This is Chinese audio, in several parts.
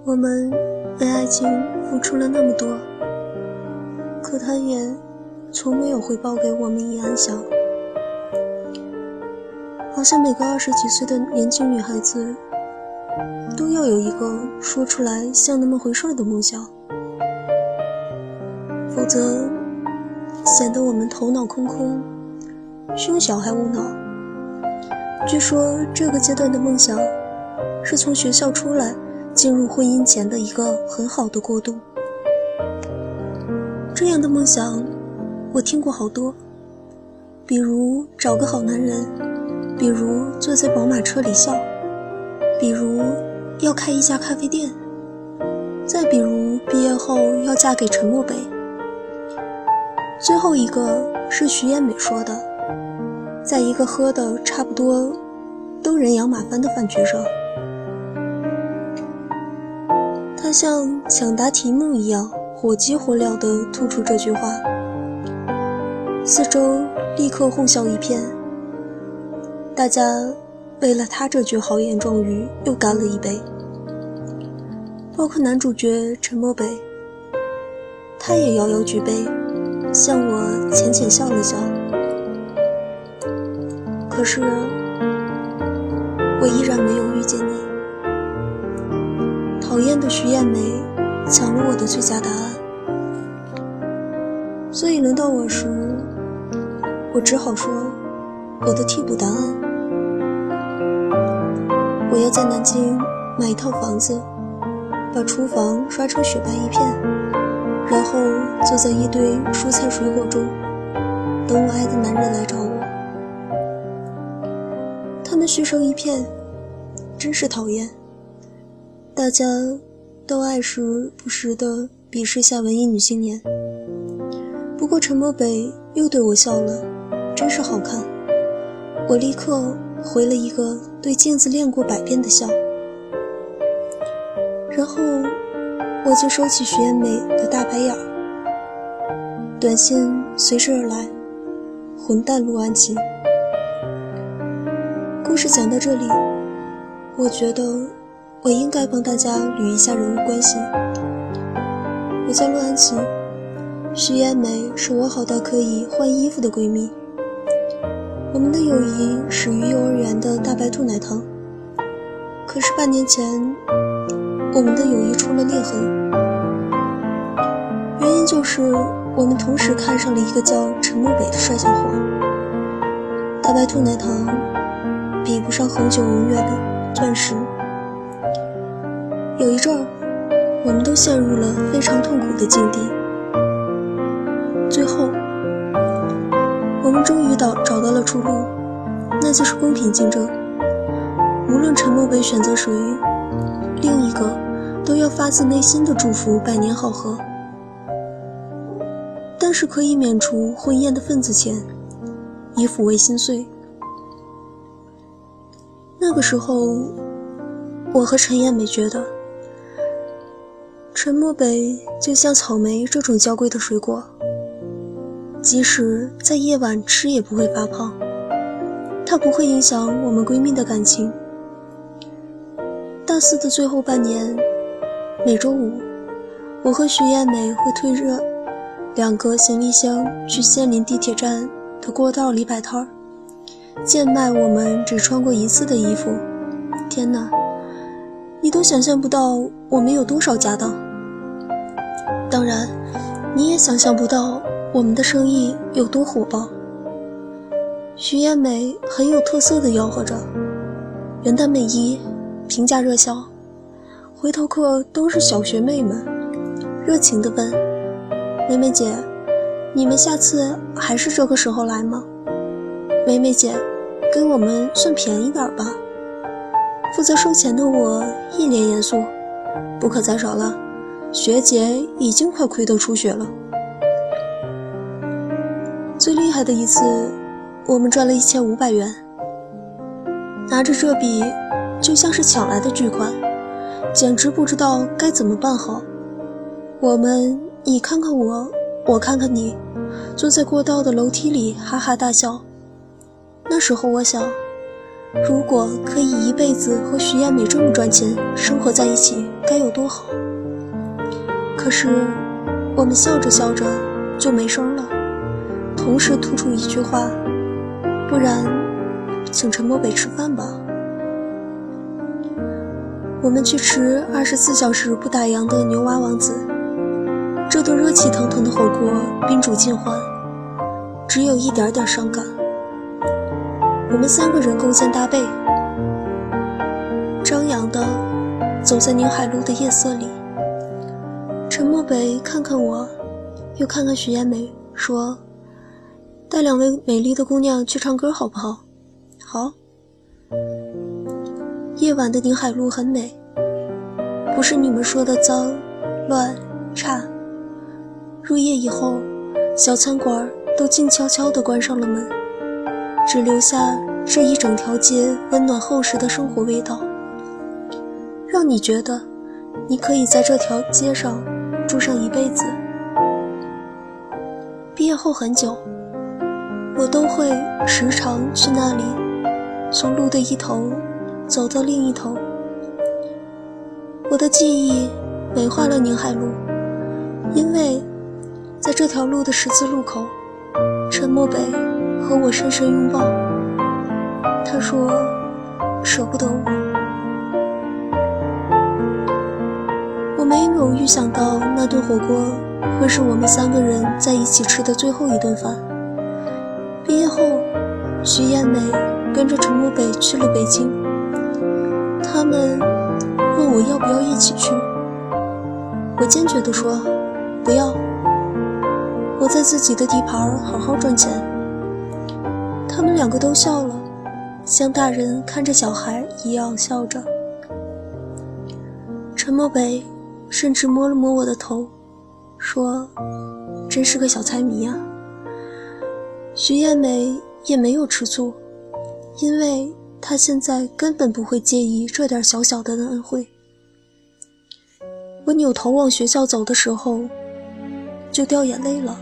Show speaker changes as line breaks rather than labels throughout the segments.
我们为爱情付出了那么多，可他也从没有回报给我们以安详。好像每个20几岁的年轻女孩子都要有一个说出来像那么回事的梦想，否则显得我们头脑空空，胸小还无脑。据说这个阶段的梦想是从学校出来进入婚姻前的一个很好的过渡。这样的梦想我听过好多，比如找个好男人，比如坐在宝马车里笑，比如要开一家咖啡店，再比如毕业后要嫁给陈墨北。最后一个是徐艳美说的，在一个喝的差不多都人仰马翻的饭局上，他像抢答题目一样火急火燎地吐出这句话，四周立刻哄笑一片。大家为了他这句豪言壮语又干了一杯，包括男主角陈墨北，他也摇摇举杯，向我浅浅笑了笑。可是我依然没有遇见你。讨厌的徐艳美抢了我的最佳答案，所以轮到我时，我只好说我的替补答案。我要在南京买一套房子，把厨房刷成雪白一片，然后坐在一堆蔬菜水果中，等我爱的男人来找我。他们嘘声一片，真是讨厌。大家都爱时不时地鄙视下文艺女青年。不过陈墨北又对我笑了，真是好看。我立刻回了一个对镜子练过100遍的笑，然后我就收起徐艳美的大白眼儿。短信随之而来，混蛋陆安琪。故事讲到这里，我觉得我应该帮大家捋一下人物关系。我叫陆安琪，徐艳美是我好到可以换衣服的闺蜜。我们的友谊始于幼儿园的大白兔奶糖，可是半年前我们的友谊出了裂痕，原因就是我们同时看上了一个叫陈墨北的帅小伙。大白兔奶糖比不上恒久永远的钻石。有一阵儿我们都陷入了非常痛苦的境地，最后我们终于找到了出路，那就是公平竞争。无论陈墨北选择谁，另一个都要发自内心的祝福百年好合。但是可以免除婚宴的份子钱，以抚慰心碎。那个时候我和陈艳美觉得，陈墨北就像草莓这种娇贵的水果，即使在夜晚吃也不会发胖，它不会影响我们闺蜜的感情。大4的最后半年，每周五我和徐艳美会推着2个行李箱去仙林地铁站的过道里摆摊儿，贱卖我们只穿过1次的衣服。天哪，你都想象不到我们有多少家当。当然你也想象不到我们的生意有多火爆。徐艳美很有特色地吆喝着，元旦美衣，平价热销。回头客都是小学妹们，热情地问，美美姐，你们下次还是这个时候来吗？美美姐，给我们算便宜点吧。负责收钱的我一脸严肃，不可再少了，学姐已经快亏得出血了。最厉害的一次，我们赚了1500元。拿着这笔就像是抢来的巨款，简直不知道该怎么办好。我们你看看我，我看看你，坐在过道的楼梯里哈哈大笑。那时候我想，如果可以一辈子和徐艳美这么赚钱生活在一起该有多好。可是我们笑着笑着就没声了，同时吐出一句话，不然请陈默北吃饭吧。我们去吃24小时不打烊的牛蛙王子，这顿热气腾腾的火锅宾主尽欢，只有一点点伤感。我们3个人勾肩搭背，张扬地走在宁海路的夜色里。陈默北看看我，又看看许艳美，说：“带2位美丽的姑娘去唱歌好不好？”好。夜晚的宁海路很美，不是你们说的脏、乱、差。入夜以后，小餐馆都静悄悄地关上了门，只留下这一整条街温暖厚实的生活味道，让你觉得你可以在这条街上住上一辈子。毕业后很久，我都会时常去那里，从路的一头走到另一头。我的记忆美化了宁海路，因为在这条路的十字路口，陈默北和我深深拥抱。他说舍不得我。我没有预想到那顿火锅会是我们3个人在一起吃的最后一顿饭。毕业后，徐艳美跟着陈默北去了北京，他们问我要不要一起去，我坚决地说不要，我在自己的地盘好好赚钱。他们2个都笑了，像大人看着小孩一样笑着。陈默北甚至摸了摸我的头，说真是个小财迷啊。徐艳美也没有吃醋，因为她现在根本不会介意这点小小的恩惠。我扭头往学校走的时候就掉眼泪了。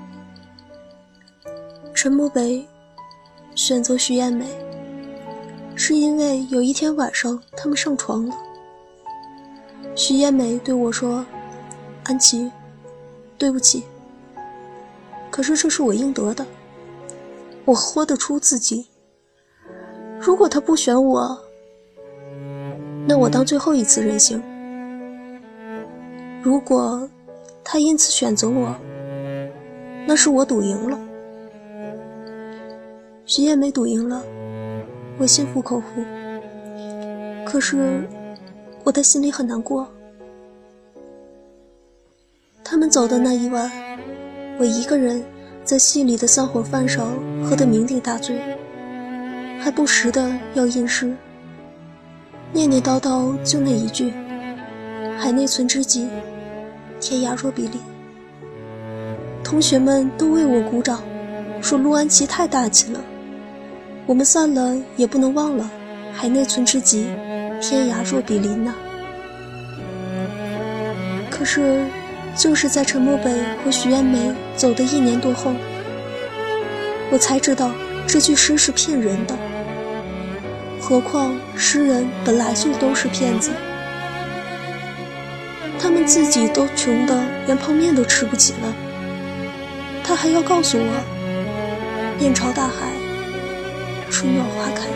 陈默北选择徐艳美，是因为有一天晚上他们上床了。徐艳美对我说：“安琪，对不起，可是这是我应得的，我豁得出自己。如果他不选我，那我当最后一次任性。如果他因此选择我，那是我赌赢了。”徐艳美赌赢了，我心服口服，可是我的心里很难过。他们走的那一晚，我一个人在戏里的散伙饭上喝得酩酊大醉，还不时地要吟诗，念念叨叨就那一句：海内存知己，天涯若比邻。同学们都为我鼓掌，说陆安琪太大气了。我们散了也不能忘了海内存知己，天涯若比邻呐。可是就是在陈默北和徐艳美走的1年多后，我才知道这句诗是骗人的。何况诗人本来就都是骗子，他们自己都穷得连泡面都吃不起了，他还要告诉我面朝大海，春暖花开。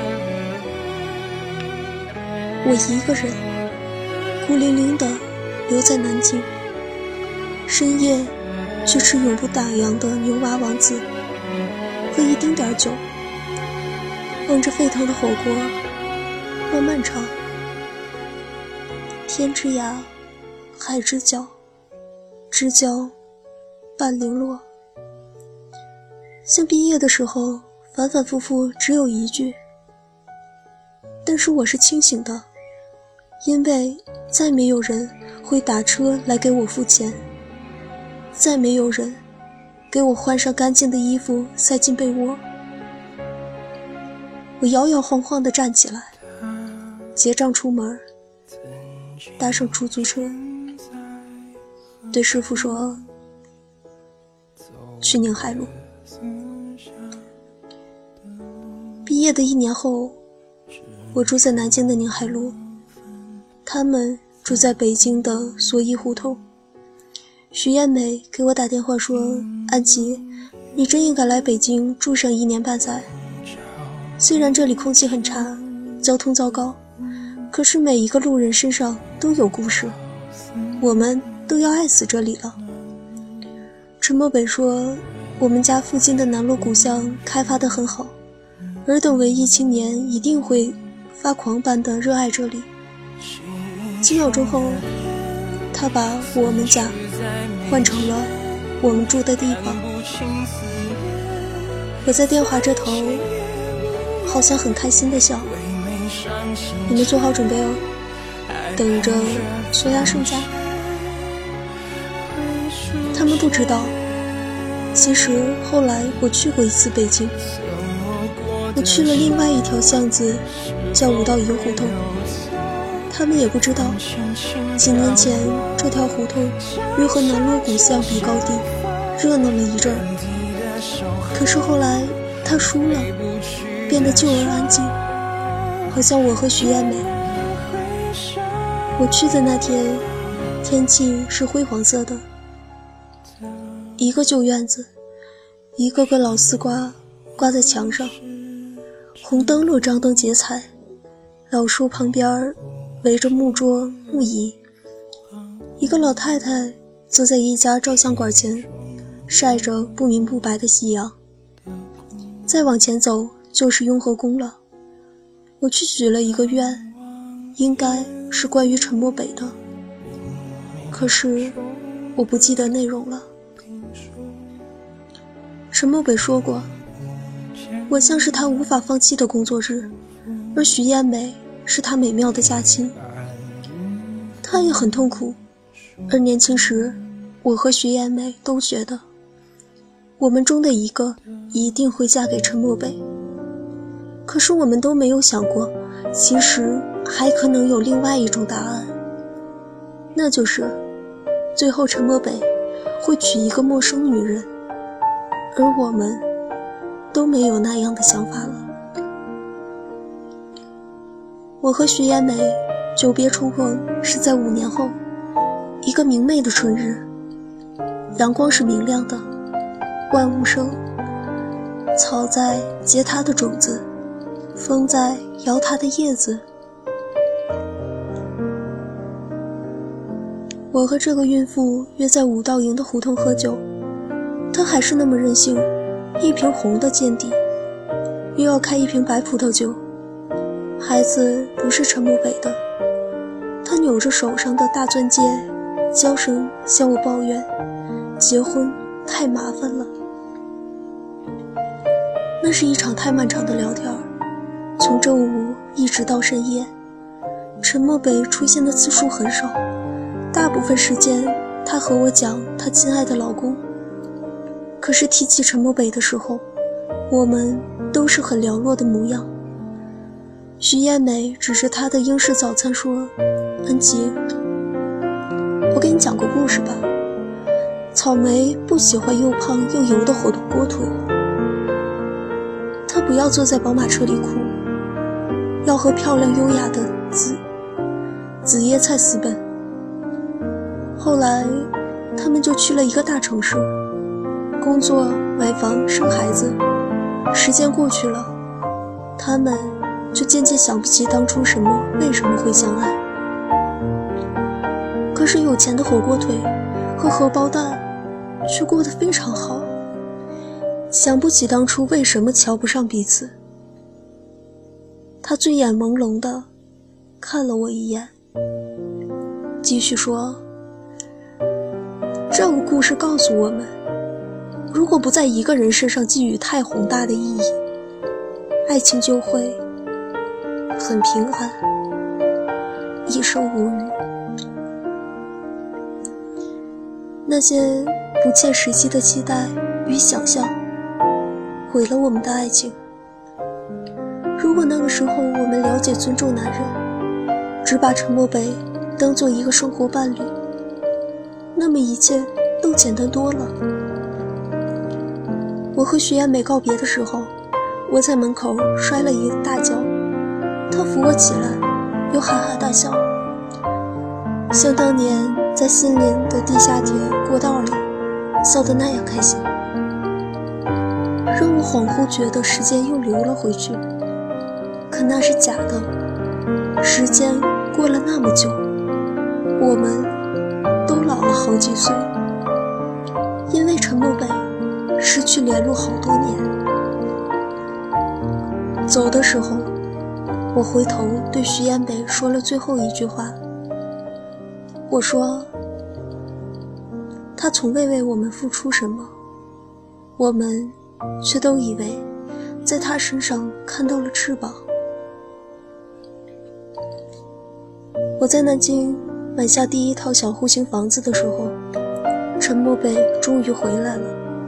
我一个人孤零零地留在南京，深夜去吃永不打烊的牛蛙王子，喝一丁点酒，望着沸腾的火锅，慢慢唱：天之涯，海之角，知交半零落。像毕业的时候反反复复只有一句，但是我是清醒的，因为再没有人会打车来给我付钱，再没有人给我换上干净的衣服塞进被窝。我摇摇晃晃地站起来，结账出门，搭上出租车，对师傅说去宁海路。毕业的1年后，我住在南京的宁海路，他们住在北京的蓑衣胡同。徐艳美给我打电话说，安琪，你真应该来北京住上1年半载。虽然这里空气很差，交通糟糕，可是每一个路人身上都有故事，我们都要爱死这里了。陈默北说，我们家附近的南锣鼓巷开发得很好，尔等文艺青年一定会发狂般的热爱这里。几秒钟后，他把我们家换成了我们住的地方。我在电话这头好像很开心地笑，你们做好准备哦，等着缩压剩家。他们不知道，其实后来我去过一次北京，我去了另外一条巷子，叫五道营胡同。他们也不知道，几年前这条胡同又和南锣鼓巷比高低，热闹了一阵儿。可是后来他输了，变得旧而安静，好像我和徐艳美。我去的那天，天气是灰黄色的，一个旧院子，一个个老丝瓜挂在墙上，红灯笼张灯结彩，老树旁边围着木桌木椅，一个老太太坐在一家照相馆前，晒着不明不白的夕阳。再往前走就是雍和宫了。我去许了一个愿，应该是关于陈默北的，可是我不记得内容了。陈默北说过，我像是他无法放弃的工作日，而徐艳美是他美妙的假期。他也很痛苦，而年轻时我和徐艳美都觉得我们中的一个一定会嫁给陈默北。可是我们都没有想过，其实还可能有另外一种答案，那就是最后陈默北会娶一个陌生女人，而我们都没有那样的想法了。我和徐艳美久别重逢是在5年后，一个明媚的春日，阳光是明亮的，万物生，草在结它的种子，风在摇它的叶子。我和这个孕妇约在五道营的胡同喝酒，她还是那么任性，一瓶红的见底，又要开一瓶白葡萄酒。孩子不是陈默北的，他扭着手上的大钻戒，娇声向我抱怨，结婚太麻烦了。那是一场太漫长的聊天，从正午一直到深夜。陈默北出现的次数很少，大部分时间他和我讲他亲爱的老公。可是提起陈默北的时候，我们都是很寥落的模样。徐艳美指着她的英式早餐说，安琪，我给你讲个故事吧。草莓不喜欢又胖又油的火锅腿，她不要坐在宝马车里哭，要和漂亮优雅的紫叶菜私奔。后来他们就去了一个大城市，工作买房生孩子。时间过去了，他们就渐渐想不起当初为什么会相爱。可是有钱的火锅腿和荷包蛋却过得非常好，想不起当初为什么瞧不上彼此。他醉眼朦胧地看了我一眼，继续说，这个故事告诉我们，如果不在一个人身上寄予太宏大的意义，爱情就会很平安，一生无语。那些不切实际的期待与想象毁了我们的爱情。如果那个时候我们了解尊重男人，只把陈默北当做一个生活伴侣，那么一切都简单多了。我和徐艳美告别的时候，我在门口摔了一个大跤，她扶我起来，又哈哈大笑。 像当年在新林的地下铁过道里笑得那样开心，让我恍惚觉得时间又流了回去。可那是假的，时间过了那么久，我们都老了好几岁。因为陈慕北失去联络好多年。走的时候，我回头对徐彦北说了最后一句话，我说他从未为我们付出什么，我们却都以为在他身上看到了翅膀。我在南京买下第一套小户型房子的时候，陈慕北终于回来了，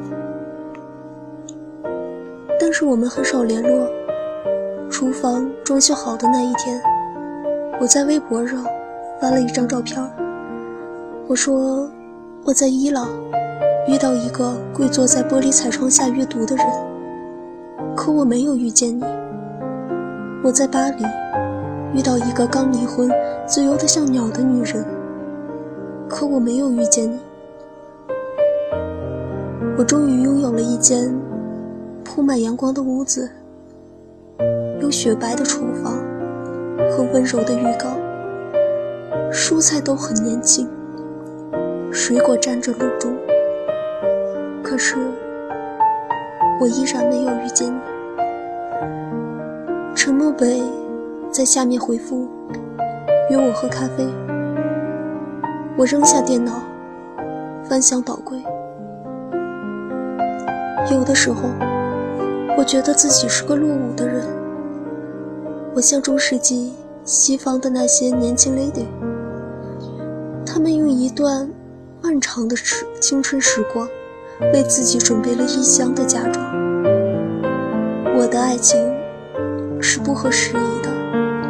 但是我们很少联络。厨房装修好的那一天，我在微博上发了一张照片，我说我在伊朗遇到一个跪坐在玻璃彩窗下阅读的人，可我没有遇见你。我在巴黎遇到一个刚离婚自由得像鸟的女人，可我没有遇见你。我终于拥有了一间铺满阳光的屋子，有雪白的厨房和温柔的浴缸，蔬菜都很年轻，水果沾着露珠，可是我依然没有遇见你。陈慕北在下面回复约我喝咖啡，我扔下电脑翻箱倒柜。有的时候我觉得自己是个落伍的人，我像中世纪西方的那些年轻 lady， 他们用一段漫长的青春时光为自己准备了一箱的嫁妆。我的爱情是不合时宜的，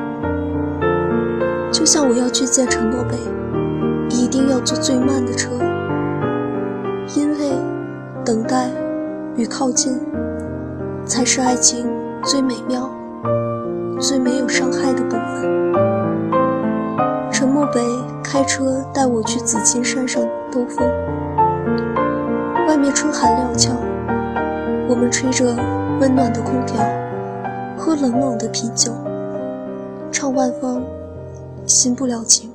就像我要去见陈慕北，一定要坐最慢的车，因为等待与靠近才是爱情最美妙最没有伤害的部分。陈慕北开车带我去紫金山上兜风，外面春寒料峭，我们吹着温暖的空调，喝冷冷的啤酒，唱万芳新不了情。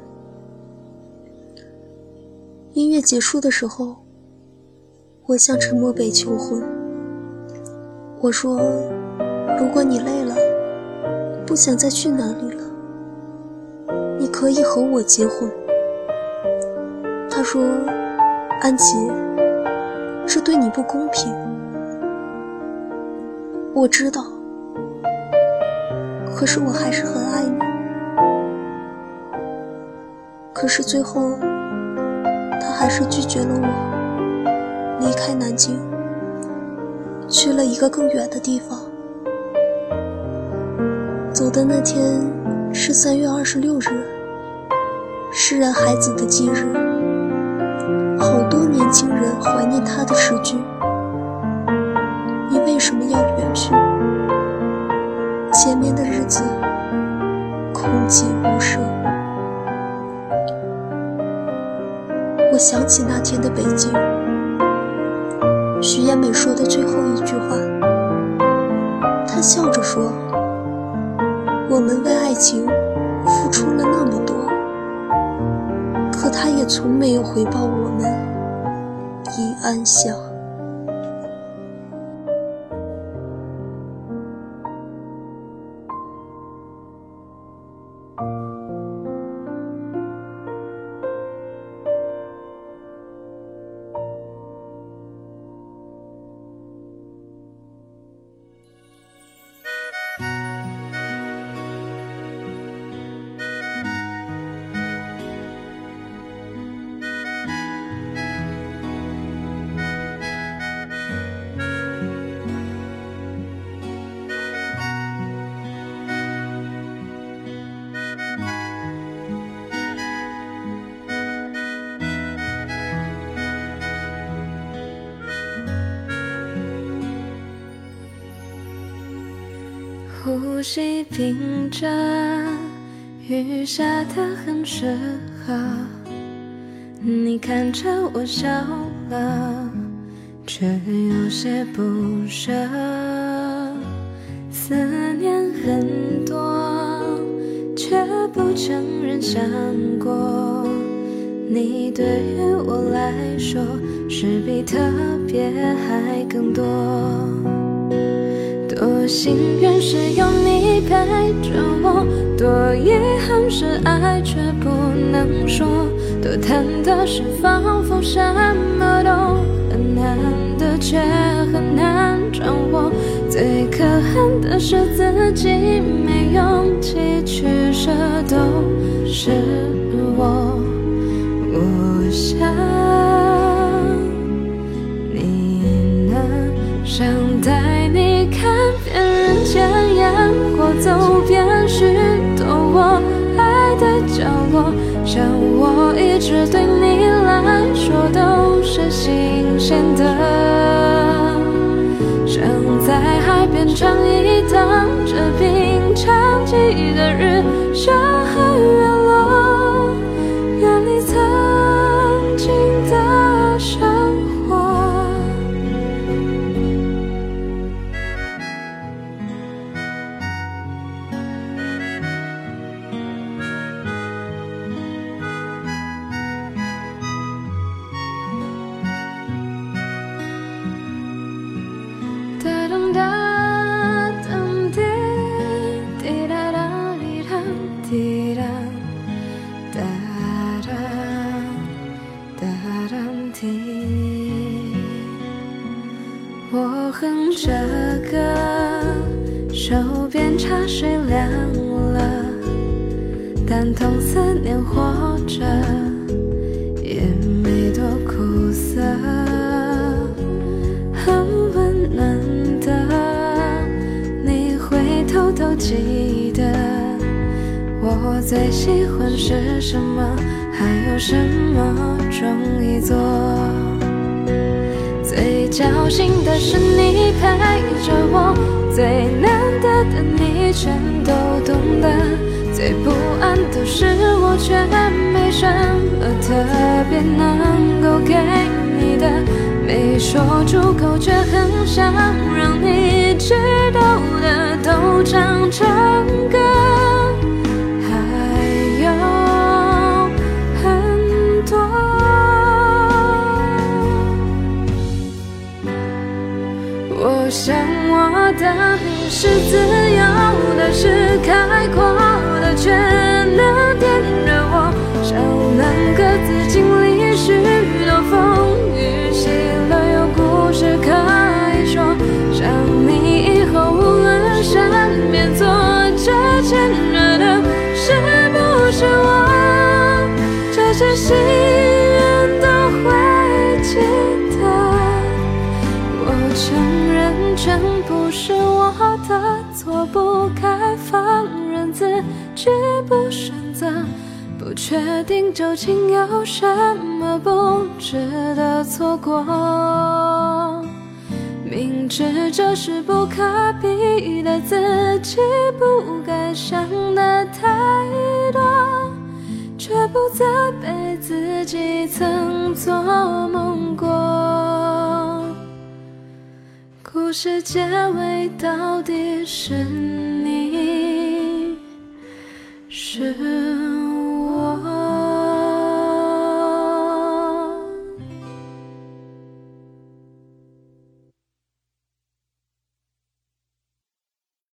音乐结束的时候，我向陈慕北求婚，我说如果你累了不想再去哪里了，你可以和我结婚。他说安琪，这对你不公平。我知道，可是我还是很爱你。可是最后他还是拒绝了我，离开南京，去了一个更远的地方。走的那天是3月26日，诗人孩子的忌日，好多年轻人怀念他的诗句，你为什么要远去？前面的日子空寂无声。我想起那天的北京，徐彦美说的最后一句话，她笑着说，我们为爱情付出了那么多，可他也从没有回报我们以安详。
呼吸屏着雨下的很适了，你看着我笑了，却有些不舍。思念很多，却不承认想过。你对于我来说，是比特别还更多。多幸运是有你陪着我，多遗憾是爱却不能说，多忐忑是仿佛什么都很难得却很难掌握，最可恨的是自己没勇气去舍，都是我。我想你呢，想带你看遍人间烟火，走遍许多我爱的角落，像我一直对你来说都是新鲜的，想在海边唱一趟这冰长记的日升和月落，远离曾经的生活。哒咚哒咚滴滴哒哒滴哒滴哒哒哒哒哒滴。我哼着歌，手边茶水凉了，但同思念活着，也没多苦涩，很温暖的。你会偷偷记得我最喜欢是什么，还有什么容易做。最侥幸的是你陪着我，最难得的你全都懂得，最不安的是我却没什么特别能够给你的，没说出口却很想让你知道的都唱成歌，还有很多。我想我的你是自由的，是开阔的，却能点着我，像能各自经历许多风雨，喜乐有故事可以说，想你以后无论身边坐着牵着的是不是我，这些心愿都会记得。我承认全不是我的错，不该放任自己不选择，不确定究竟有什么不值得错过，明知这是不可比的，自己不该想的太多，却不责备自己曾做梦过。故事结尾到底是你是